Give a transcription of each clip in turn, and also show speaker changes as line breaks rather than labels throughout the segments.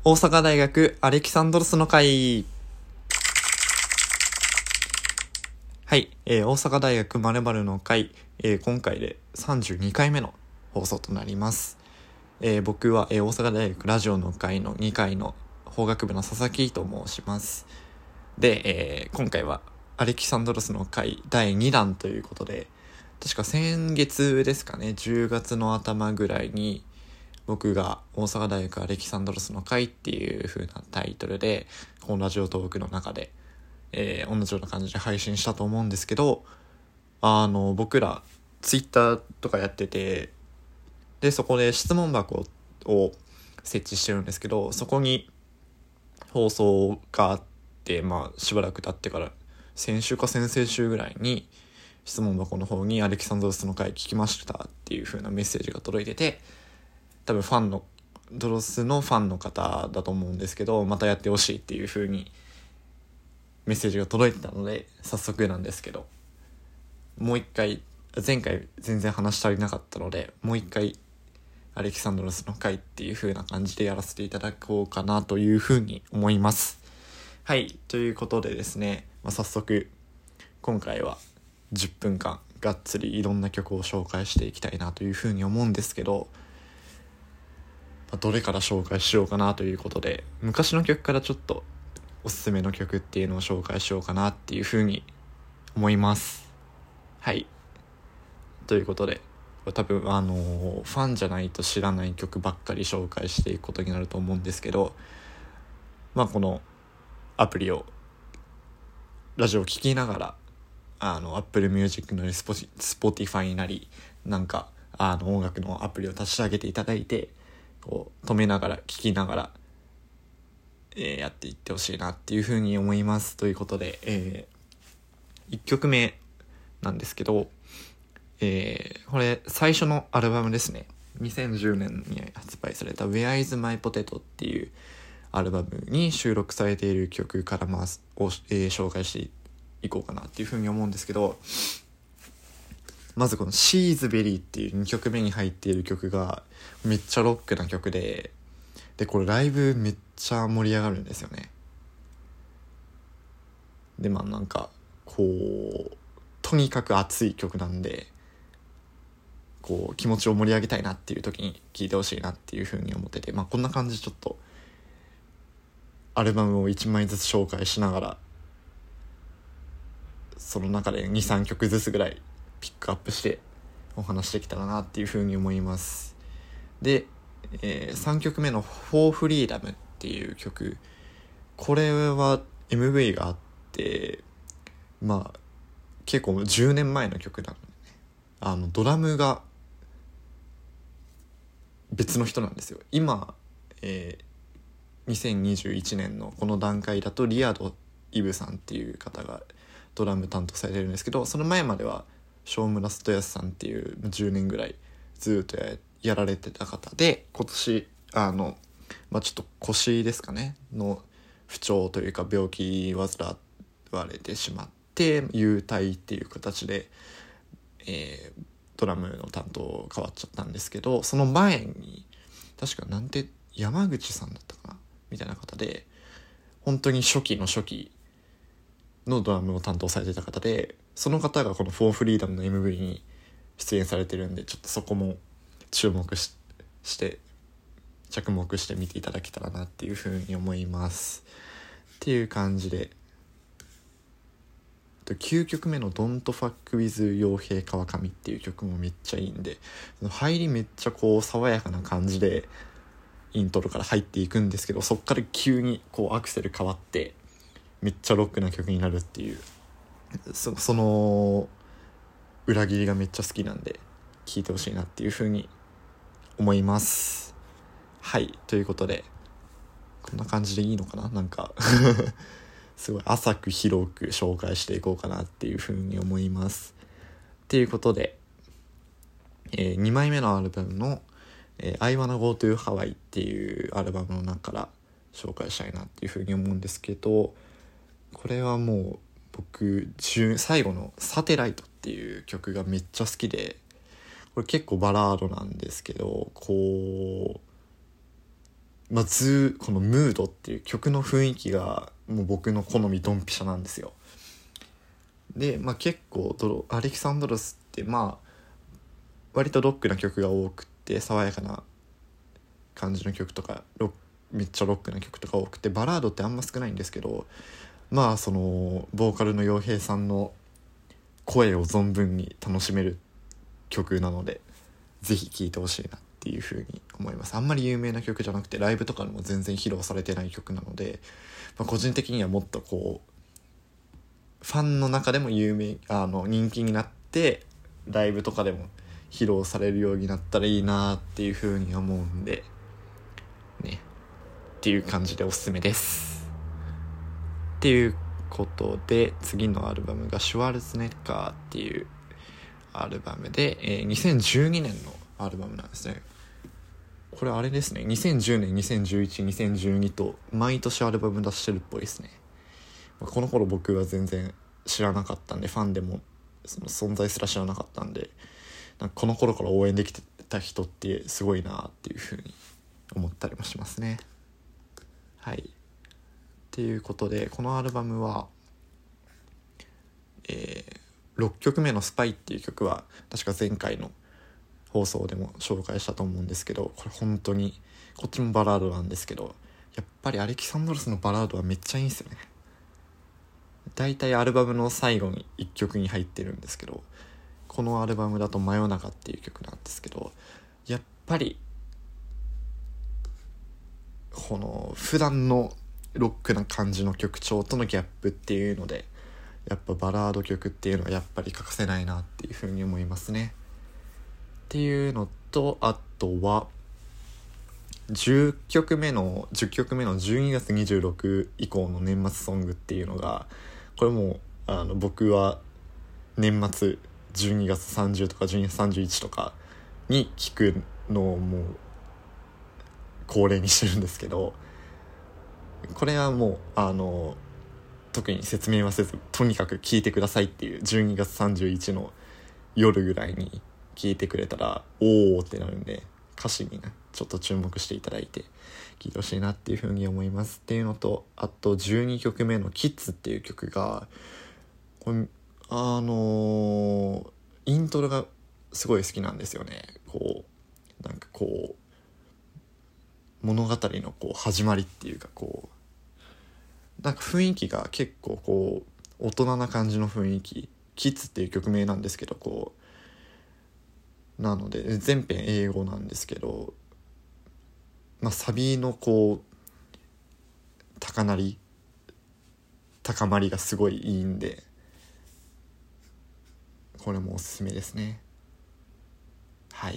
大阪大学アレキサンドロスの会。はい、大阪大学〇〇の会、今回で32回目の放送となります。僕は、大阪大学ラジオの会の2回の法学部の佐々木と申します。で、今回はアレキサンドロスの会第2弾ということで、確か先月ですかね、10月の頭ぐらいに僕が大阪大学アレキサンドロスの会っていう風なタイトルでこのラジオトークの中で、同じような感じで配信したと思うんですけど、僕らツイッターとかやってて、でそこで質問箱を設置してるんですけど、そこに放送があって、しばらく経ってから先週か先々週ぐらいに質問箱の方にアレキサンドロスの回聞きましたっていう風なメッセージが届いてて、多分ドロスのファンの方だと思うんですけど、またやってほしいっていう風にメッセージが届いてたので、早速なんですけど、もう一回、前回全然話足りなかったので、もう一回アレキサンドロスの回っていう風な感じでやらせていただこうかなという風に思います。はい、ということでですね、早速今回は10分間がっつりいろんな曲を紹介していきたいなという風に思うんですけど、どれから紹介しようかなということで、昔の曲からちょっとおすすめの曲っていうのを紹介しようかなっていう風に思います。はい、ということで、多分ファンじゃないと知らない曲ばっかり紹介していくことになると思うんですけど、このアプリをラジオを聴きながらApple Music なり Spotify なり音楽のアプリを立ち上げていただいて、こう止めながら聴きながら、やっていってほしいなっていうふうに思います。ということで、1曲目なんですけど、これ最初のアルバムですね。2010年に発売された Where is my potato っていうアルバムに収録されている曲から紹介していこうかなっていうふうに思うんですけど、まずこの She's Berry っていう2曲目に入っている曲がめっちゃロックな曲で、これライブめっちゃ盛り上がるんですよね。でこうとにかく熱い曲なんで、こう気持ちを盛り上げたいなっていう時に聴いてほしいなっていう風に思ってて、こんな感じでちょっとアルバムを1枚ずつ紹介しながら、その中で 2,3 曲ずつぐらいピックアップしてお話してきたらなっていう風に思います。で、3曲目の For Freedom っていう曲、これは MV があって、結構10年前の曲なので、ドラムが別の人なんですよ。今、2021年のこの段階だとリアド・イブさんっていう方がドラム担当されてるんですけど、その前までは正村スヤスさんっていう10年ぐらいずっとやられてた方で、今年ちょっと腰ですかねの不調というか病気患われてしまって勇退っていう形で、ドラムの担当変わっちゃったんですけど、その前に確か山口さんだったかなみたいな方で、本当に初期のドラムを担当されてた方で、その方がこの For Freedom の MV に出演されてるんで、ちょっとそこも着目して見ていただけたらなっていうふうに思いますっていう感じで、9曲目の Don't Fuck With 傭兵川上っていう曲もめっちゃいいんで、その入りめっちゃこう爽やかな感じでイントロから入っていくんですけど、そっから急にこうアクセル変わってめっちゃロックな曲になるっていう、その裏切りがめっちゃ好きなんで聴いてほしいなっていう風に思います。はい、ということでこんな感じでいいのかな、すごい浅く広く紹介していこうかなっていう風に思います。っていうことで、2枚目のアルバムのI Wanna Go to Hawaii っていうアルバムの中から紹介したいなっていう風に思うんですけど、これはもう僕最後のサテライトっていう曲がめっちゃ好きで、これ結構バラードなんですけど、こうこのムードっていう曲の雰囲気がもう僕の好みドンピシャなんですよ。で、結構アレキサンドロスって割とロックな曲が多くて、爽やかな感じの曲とかめっちゃロックな曲とか多くて、バラードってあんま少ないんですけど、そのボーカルの洋平さんの声を存分に楽しめる曲なので、ぜひ聴いてほしいなっていう風に思います。あんまり有名な曲じゃなくて、ライブとかでも全然披露されてない曲なので、個人的にはもっとこうファンの中でも人気になって、ライブとかでも披露されるようになったらいいなっていう風に思うんでね、っていう感じでおすすめですっていうことで、次のアルバムがシュワルツェネッガーっていうアルバムで、2012年のアルバムなんですね。これあれですね、2010年、2011、2012と毎年アルバム出してるっぽいですね。この頃僕は全然知らなかったんで、ファンでもその存在すら知らなかったんで、この頃から応援できてた人ってすごいなっていう風に思ったりもしますね。はい。っていうことで、このアルバムは、6曲目のスパイっていう曲は確か前回の放送でも紹介したと思うんですけど、これ本当にこっちもバラードなんですけど、やっぱりアレキサンドロスのバラードはめっちゃいいんですよね。だいたいアルバムの最後に1曲に入ってるんですけど、このアルバムだと真夜中っていう曲なんですけど、やっぱりこの普段のロックな感じの曲調とのギャップっていうので、やっぱバラード曲っていうのはやっぱり欠かせないなっていうふうに思いますね。っていうのと、あとは10曲目の12月26以降の年末ソングっていうのが、これも僕は年末12月30とか12月31とかに聴くのをもう恒例にしてるんですけど、これはもう特に説明はせず、とにかく聴いてくださいっていう、12月31の夜ぐらいに聴いてくれたらおーってなるんで、歌詞にねちょっと注目していただいて聴いてほしいなっていうふうに思いますっていうのと、あと12曲目のキッズっていう曲が、これイントロがすごい好きなんですよね。物語の始まりっていうか、雰囲気が結構大人な感じの雰囲気、キッズっていう曲名なんですけど、なので全編英語なんですけど、サビの高まりがすごいいいんで、これもおすすめですね。はい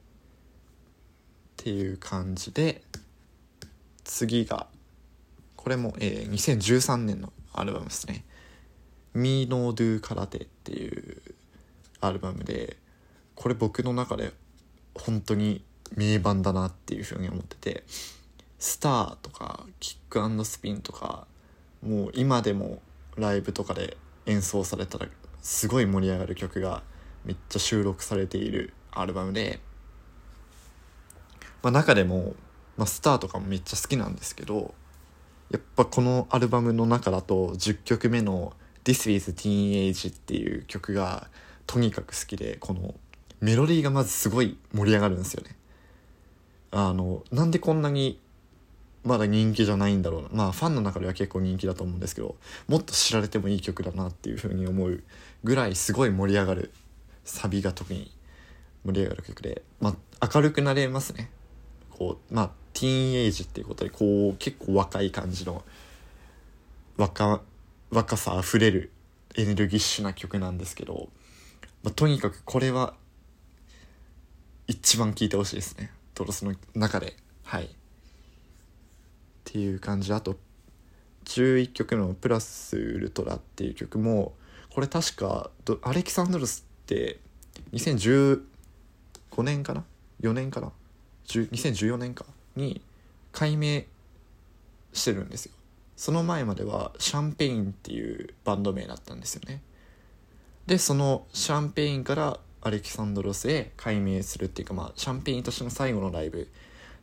っていう感じで、次がこれも、2013年のアルバムですね。Me No Do Karate っていうアルバムで、これ僕の中で本当に名盤だなっていうふうに思ってて、スターとかキック&スピンとか、もう今でもライブとかで演奏されたらすごい盛り上がる曲がめっちゃ収録されているアルバムで、中でも、スターとかもめっちゃ好きなんですけど、やっぱこのアルバムの中だと10曲目の This is Teenage っていう曲がとにかく好きで、このメロディーがまずすごい盛り上がるんですよね。なんでこんなにまだ人気じゃないんだろうな、ファンの中では結構人気だと思うんですけど、もっと知られてもいい曲だなっていう風に思うぐらいすごい盛り上がる、サビが特に盛り上がる曲で、明るくなれますね。ティーンエイジっていうことで結構若い感じの若さあふれるエネルギッシュな曲なんですけど、とにかくこれは一番聴いてほしいですね、トロスの中で。はいっていう感じ。あと11曲目のプラスウルトラっていう曲も、これ確かアレキサンドロスって2015年かな4年かな2014年かに改名してるんですよ。その前まではシャンペインっていうバンド名だったんですよね。でそのシャンペインからアレキサンドロスへ改名するっていうか、シャンペインとしての最後のライブ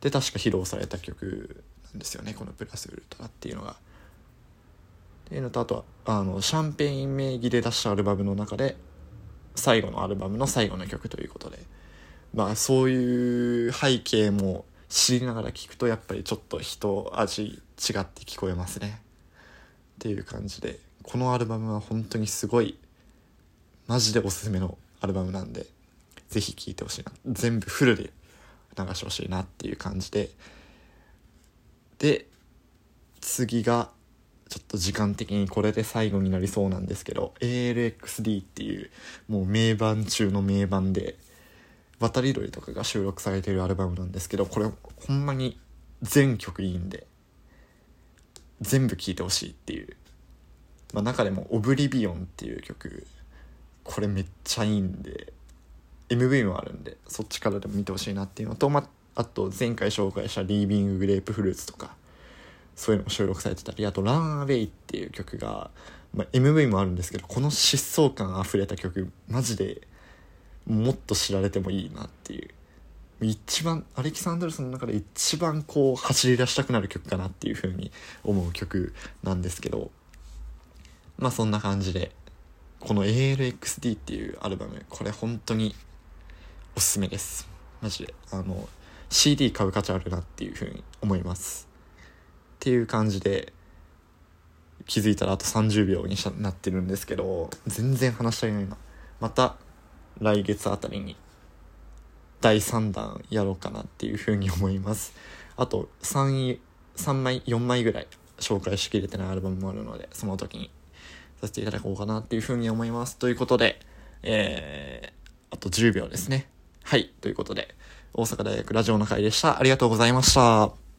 で確か披露された曲なんですよね、このプラスウルトラっていうのが。っていうのと、あとはシャンペイン名義で出したアルバムの中で最後のアルバムの最後の曲ということで、そういう背景も知りながら聴くとやっぱりちょっと一味違って聞こえますねっていう感じで、このアルバムは本当にすごいマジでおすすめのアルバムなんで、ぜひ聴いてほしいな、全部フルで流してほしいなっていう感じで。で次がちょっと時間的にこれで最後になりそうなんですけど、 ALXD っていうもう名盤中の名盤で、渡り鳥とかが収録されているアルバムなんですけど、これほんまに全曲いいんで全部聴いてほしいっていう、中でもオブリビオンっていう曲、これめっちゃいいんで MV もあるんでそっちからでも見てほしいなっていうのと、あと前回紹介したリービンググレープフルーツとかそういうのも収録されてたり、あとランアウェイっていう曲が、MV もあるんですけど、この疾走感あふれた曲マジでもっと知られてもいいなっていう、一番アレキサンドルスの中で一番こう走り出したくなる曲かなっていう風に思う曲なんですけど、そんな感じでこの ALXD っていうアルバム、これ本当におすすめです。マジでCD 買う価値あるなっていう風に思いますっていう感じで、気づいたらあと30秒になってるんですけど、全然話し足りないな。また来月あたりに第3弾やろうかなっていう風に思います。あと3枚4枚ぐらい紹介しきれてないアルバムもあるので、その時にさせていただこうかなっていう風に思います。ということで、あと10秒ですね。はい、ということで大阪大学ラジオの会でした。ありがとうございました。